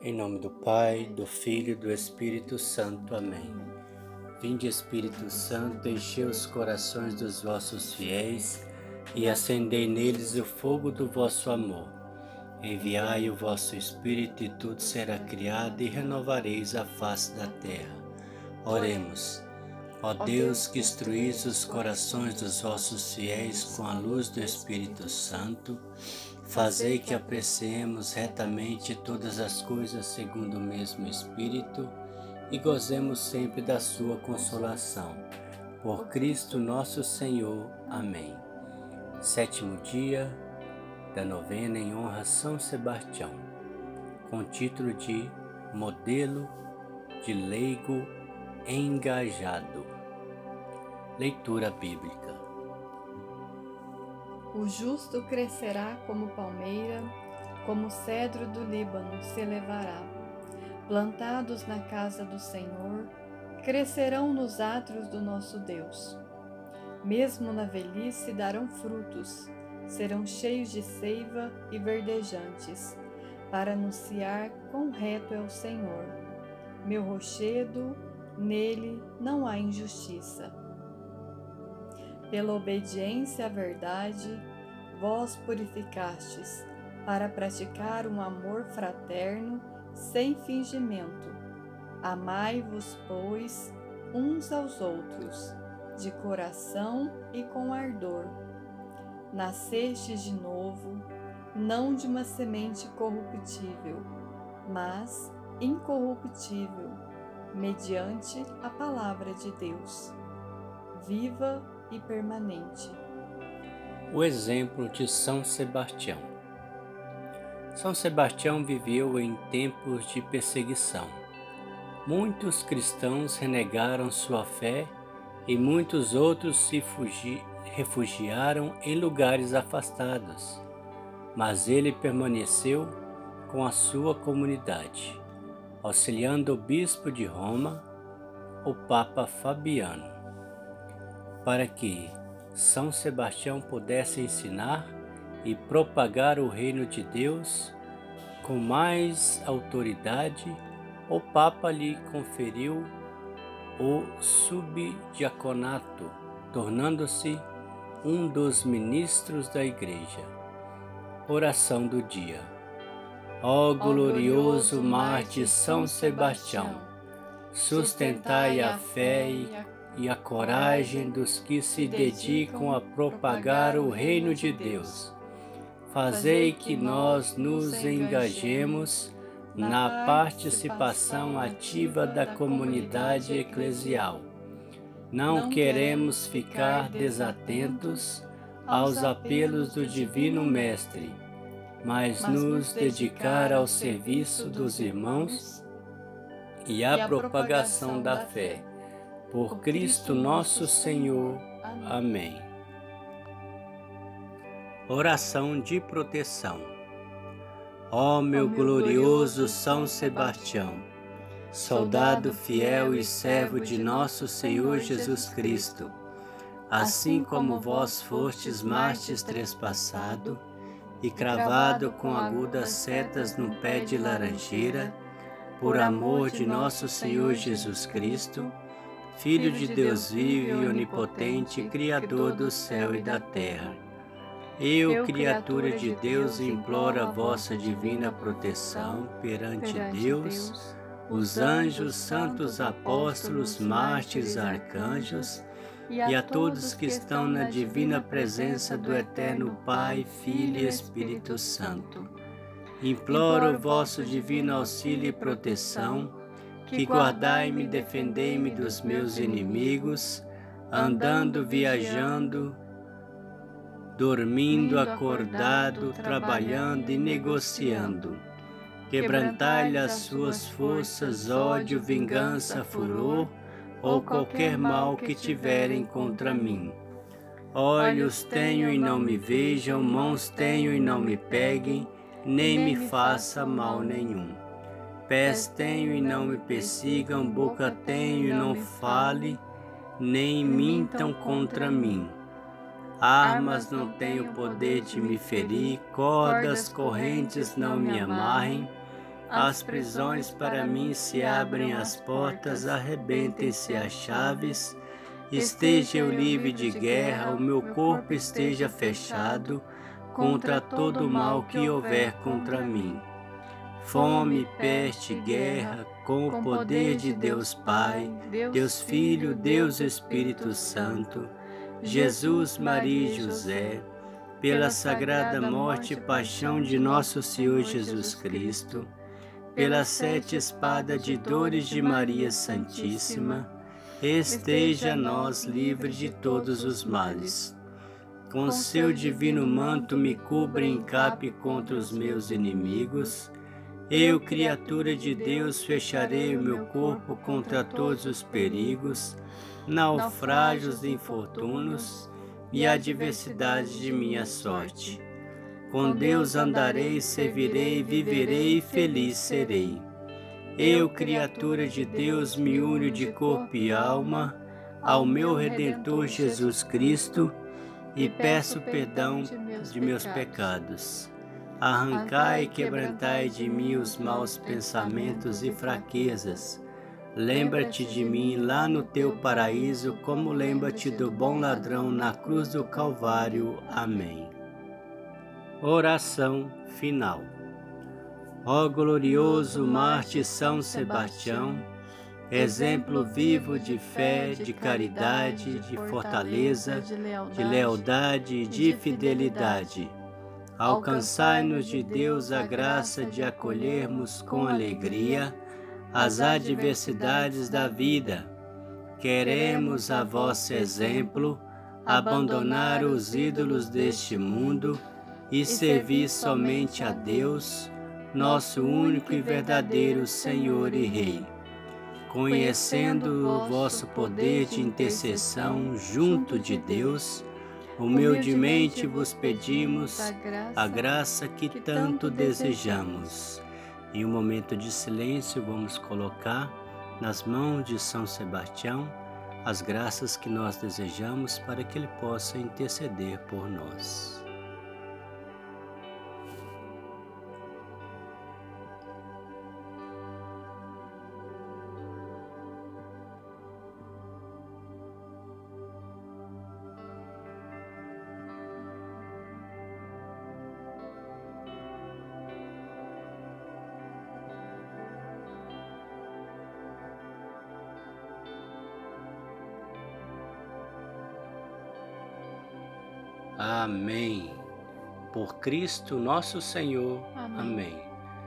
Em nome do Pai, do Filho e do Espírito Santo. Amém. Vinde, Espírito Santo, enchei os corações dos vossos fiéis e acendei neles o fogo do vosso amor. Enviai o vosso Espírito e tudo será criado e renovareis a face da terra. Oremos. Ó Deus, que instruís os corações dos vossos fiéis com a luz do Espírito Santo, fazei que apreciemos retamente todas as coisas segundo o mesmo Espírito e gozemos sempre da sua consolação. Por Cristo nosso Senhor. Amém. 7º dia da novena em honra a São Sebastião, com o título de Modelo de Leigo Engajado. Leitura bíblica. O justo crescerá como palmeira, como cedro do Líbano se elevará. Plantados na casa do Senhor, crescerão nos átrios do nosso Deus. Mesmo na velhice darão frutos, serão cheios de seiva e verdejantes, para anunciar quão reto é o Senhor. Meu rochedo, nele não há injustiça. Pela obediência à verdade, vós purificastes, para praticar um amor fraterno sem fingimento. Amai-vos, pois, uns aos outros, de coração e com ardor. Nascestes de novo, não de uma semente corruptível, mas incorruptível, mediante a palavra de Deus, viva e permanente. O exemplo de São Sebastião. São Sebastião viveu em tempos de perseguição. Muitos cristãos renegaram sua fé e muitos outros se refugiaram em lugares afastados, mas ele permaneceu com a sua comunidade, auxiliando o bispo de Roma, o Papa Fabiano, para que São Sebastião pudesse ensinar e propagar o reino de Deus com mais autoridade. O Papa lhe conferiu o subdiaconato, tornando-se um dos ministros da Igreja. Oração do dia. Ó glorioso mártir São Sebastião, sustentai a fé e a coragem dos que se dedicam a propagar o reino de Deus. Fazei que nós nos engajemos na participação ativa da comunidade eclesial. Não queremos ficar desatentos aos apelos do Divino Mestre, mas nos dedicar ao serviço dos irmãos e à propagação da fé. Por Cristo nosso Senhor. Amém. Oração de proteção. Ó meu glorioso São Sebastião, soldado fiel e servo de nosso Senhor Jesus Cristo, assim como vós fostes mártires trespassado e cravado com agudas setas no pé de laranjeira, por amor de nosso Senhor Jesus Cristo, Filho de Deus vivo e onipotente, Criador do céu e da terra. Eu, criatura de Deus, imploro a vossa divina proteção perante Deus, os anjos, santos apóstolos, mártires, arcanjos e a todos que estão na divina presença do eterno Pai, Filho e Espírito Santo. Imploro o vosso divino auxílio e proteção, que guardai-me e defendei-me dos meus inimigos, andando, viajando, dormindo, acordado, trabalhando e negociando. Quebrantai-lhe as suas forças, ódio, vingança, furor, ou qualquer mal que tiverem contra mim. Olhos tenho e não me vejam, mãos tenho e não me peguem, nem me faça mal nenhum. Pés tenho e não me persigam, boca tenho e não fale, nem mintam contra mim. Armas não tenho poder de me ferir, cordas correntes não me amarrem, as prisões para mim se abrem as portas, arrebentem-se as chaves. Esteja eu livre de guerra, o meu corpo esteja fechado contra todo o mal que houver contra mim. Fome, peste, guerra, com o poder de Deus Pai, Deus Filho, Deus Espírito Santo, Jesus, Maria e José, pela sagrada morte e paixão de nosso Senhor Jesus Cristo, pelas 7 espadas de dores de Maria Santíssima, esteja nós livre de todos os males. Com seu divino manto me cubra e encape contra os meus inimigos. Eu, criatura de Deus, fecharei o meu corpo contra todos os perigos, naufrágios e infortúnios e adversidades de minha sorte. Com Deus andarei, servirei, viverei e feliz serei. Eu, criatura de Deus, me uno de corpo e alma ao meu Redentor Jesus Cristo e peço perdão de meus pecados. Arrancai e quebrantai de mim os maus pensamentos e fraquezas. Lembra-te de mim lá no teu paraíso, como lembra-te do bom ladrão na cruz do Calvário. Amém. Oração final. Ó glorioso mártir São Sebastião, exemplo vivo de fé, de caridade, de fortaleza, de lealdade e de fidelidade, alcançai-nos de Deus a graça de acolhermos com alegria as adversidades da vida. Queremos a vosso exemplo abandonar os ídolos deste mundo e servir somente a Deus, nosso único e verdadeiro Senhor e Rei. Conhecendo o vosso poder de intercessão junto de Deus, humildemente vos pedimos a graça que tanto desejamos. Em um momento de silêncio, vamos colocar nas mãos de São Sebastião as graças que nós desejamos para que ele possa interceder por nós. Amém. Por Cristo nosso Senhor. Amém.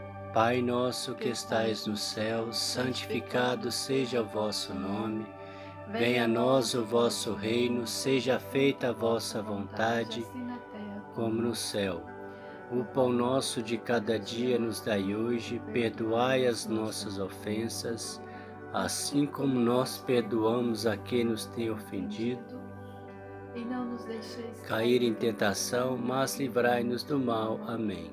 Pai nosso que estais no céu, santificado seja o vosso nome. Venha a nós o vosso reino, seja feita a vossa vontade, como no céu. O pão nosso de cada dia nos dai hoje, perdoai as nossas ofensas, assim como nós perdoamos a quem nos tem ofendido. E não nos deixeis cair em tentação, mas livrai-nos do mal. Amém.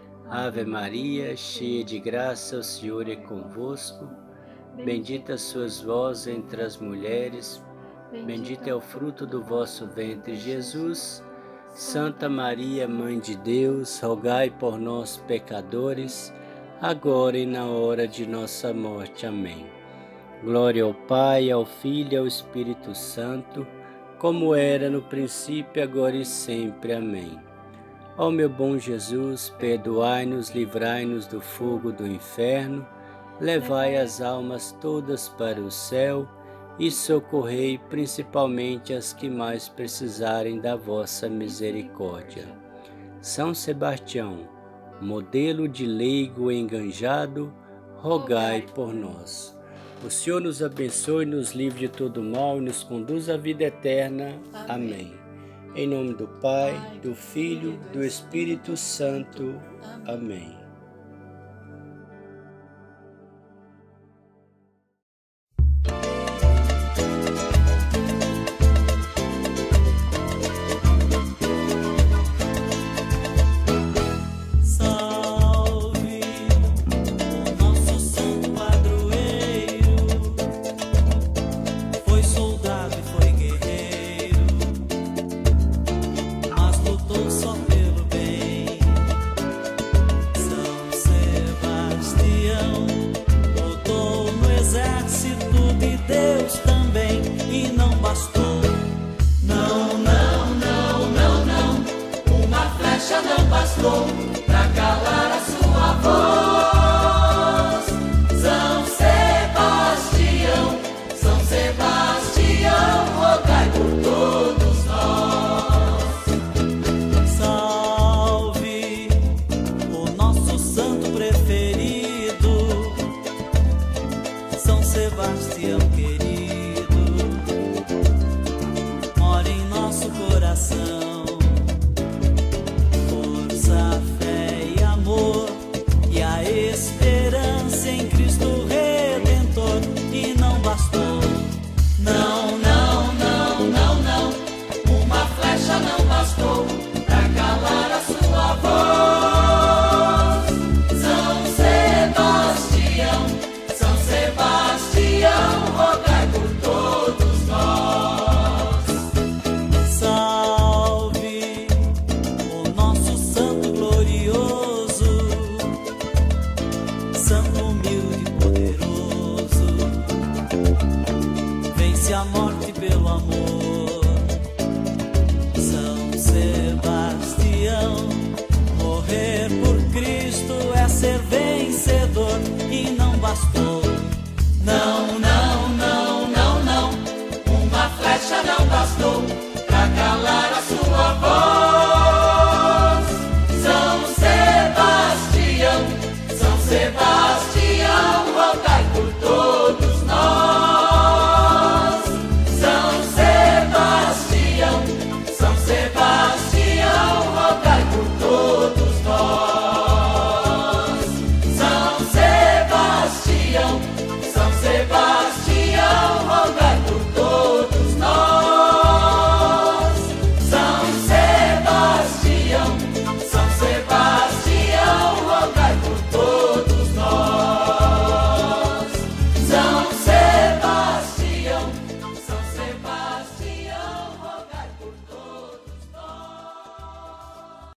Ave Maria, cheia de graça, o Senhor é convosco. Bendita sois vós entre as mulheres, bendito é o fruto do vosso ventre, Jesus. Santa Maria, Mãe de Deus, rogai por nós, pecadores, agora e na hora de nossa morte. Amém. Glória ao Pai, ao Filho e ao Espírito Santo, como era no princípio, agora e sempre. Amém. Ó meu bom Jesus, perdoai-nos, livrai-nos do fogo do inferno, levai as almas todas para o céu e socorrei principalmente as que mais precisarem da vossa misericórdia. São Sebastião, modelo de leigo enganjado, rogai por nós. O Senhor nos abençoe, nos livre de todo mal e nos conduz à vida eterna. Amém. Em nome do Pai, do Filho, do Espírito Santo. Amém. Só pelo bem. Sebastião lutou no exército de Deus também e não bastou. Não, não, não, não, não, uma flecha não bastou pra calar a sua voz. São Sebastião, São Sebastião, rogai por todos nós. Salve o nosso santo preferido, São Sebastião querido, mora em nosso coração. Força, fé e amor, e a esperança em Cristo Redentor. E não bastou. Não, não, não, não, não, uma flecha não bastou pra calar a sua voz. São Sebastião, São Sebastião, rogai por todos nós. Salve o nosso santo glorioso, santo humilde e poderoso, vence a morte pelo amor. São Sebastião, morrer por Cristo é ser vencedor. E não bastou. Não, não.